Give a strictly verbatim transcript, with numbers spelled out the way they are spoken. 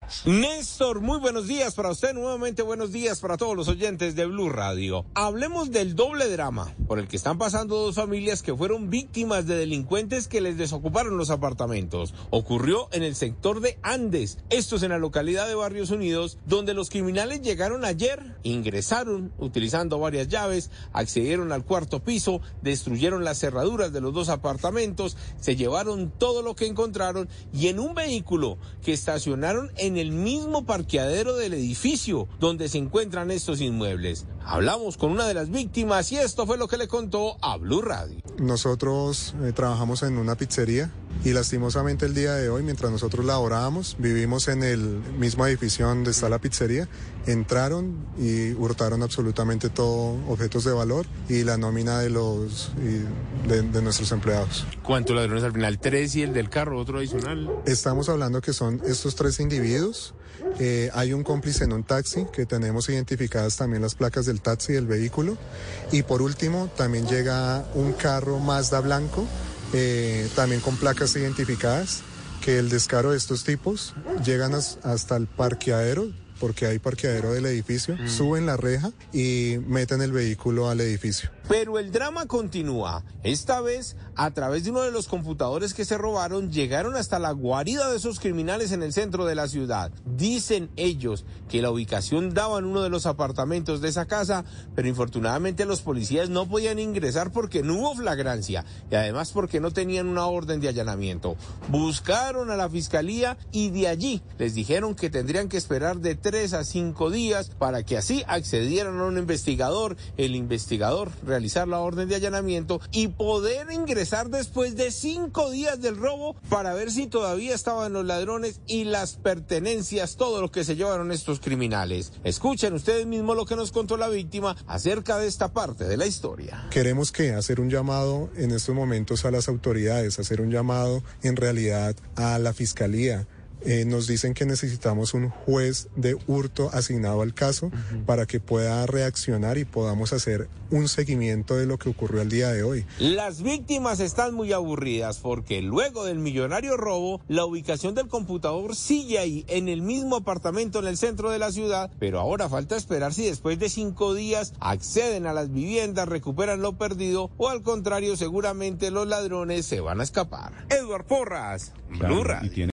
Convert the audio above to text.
Néstor, muy buenos días para usted, nuevamente buenos días para todos los oyentes de Blue Radio. Hablemos del doble drama por el que están pasando dos familias que fueron víctimas de delincuentes que les desocuparon los apartamentos. Ocurrió en el sector de Andes, esto es en la localidad de Barrios Unidos, donde los criminales llegaron ayer, ingresaron utilizando varias llaves, accedieron al cuarto piso, destruyeron las cerraduras de los dos apartamentos, se llevaron todo lo que encontraron y en un vehículo que estacionaron en el mismo parqueadero del edificio donde se encuentran estos inmuebles. Hablamos con una de las víctimas y esto fue lo que le contó a Blue Radio. Nosotros eh, trabajamos en una pizzería y lastimosamente el día de hoy, mientras nosotros laborábamos, vivimos en el mismo edificio donde está la pizzería, entraron y hurtaron absolutamente todo, objetos de valor y la nómina de los y de, de nuestros empleados. ¿Cuántos ladrones al final? ¿Tres y el del carro, otro adicional? Estamos hablando que son estos tres individuos. Eh, hay un cómplice en un taxi que tenemos identificadas también las placas del taxi del vehículo y por último también llega un carro Mazda blanco eh, también con placas identificadas, que el descaro de estos tipos llegan as, hasta el parqueadero, porque hay parqueadero del edificio, mm. suben la reja y meten el vehículo al edificio. Pero el drama continúa. Esta vez, a través de uno de los computadores que se robaron, llegaron hasta la guarida de esos criminales en el centro de la ciudad. Dicen ellos que la ubicación daba en uno de los apartamentos de esa casa, pero infortunadamente los policías no podían ingresar porque no hubo flagrancia y además porque no tenían una orden de allanamiento. Buscaron a la fiscalía y de allí les dijeron que tendrían que esperar de tres a cinco días para que así accedieran a un investigador, el investigador realizar la orden de allanamiento y poder ingresar después de cinco días del robo para ver si todavía estaban los ladrones y las pertenencias, todo lo que se llevaron estos criminales. Escuchen ustedes mismos lo que nos contó la víctima acerca de esta parte de la historia. Queremos que hacer un llamado en estos momentos a las autoridades, hacer un llamado en realidad a la fiscalía. Eh, nos dicen que necesitamos un juez de hurto asignado al caso uh-huh. para que pueda reaccionar y podamos hacer un seguimiento de lo que ocurrió el día de hoy. Las víctimas están muy aburridas porque luego del millonario robo, la ubicación del computador sigue ahí en el mismo apartamento en el centro de la ciudad, pero ahora falta esperar si después de cinco días acceden a las viviendas, recuperan lo perdido o al contrario seguramente los ladrones se van a escapar. Edward Porras, Blue Radio.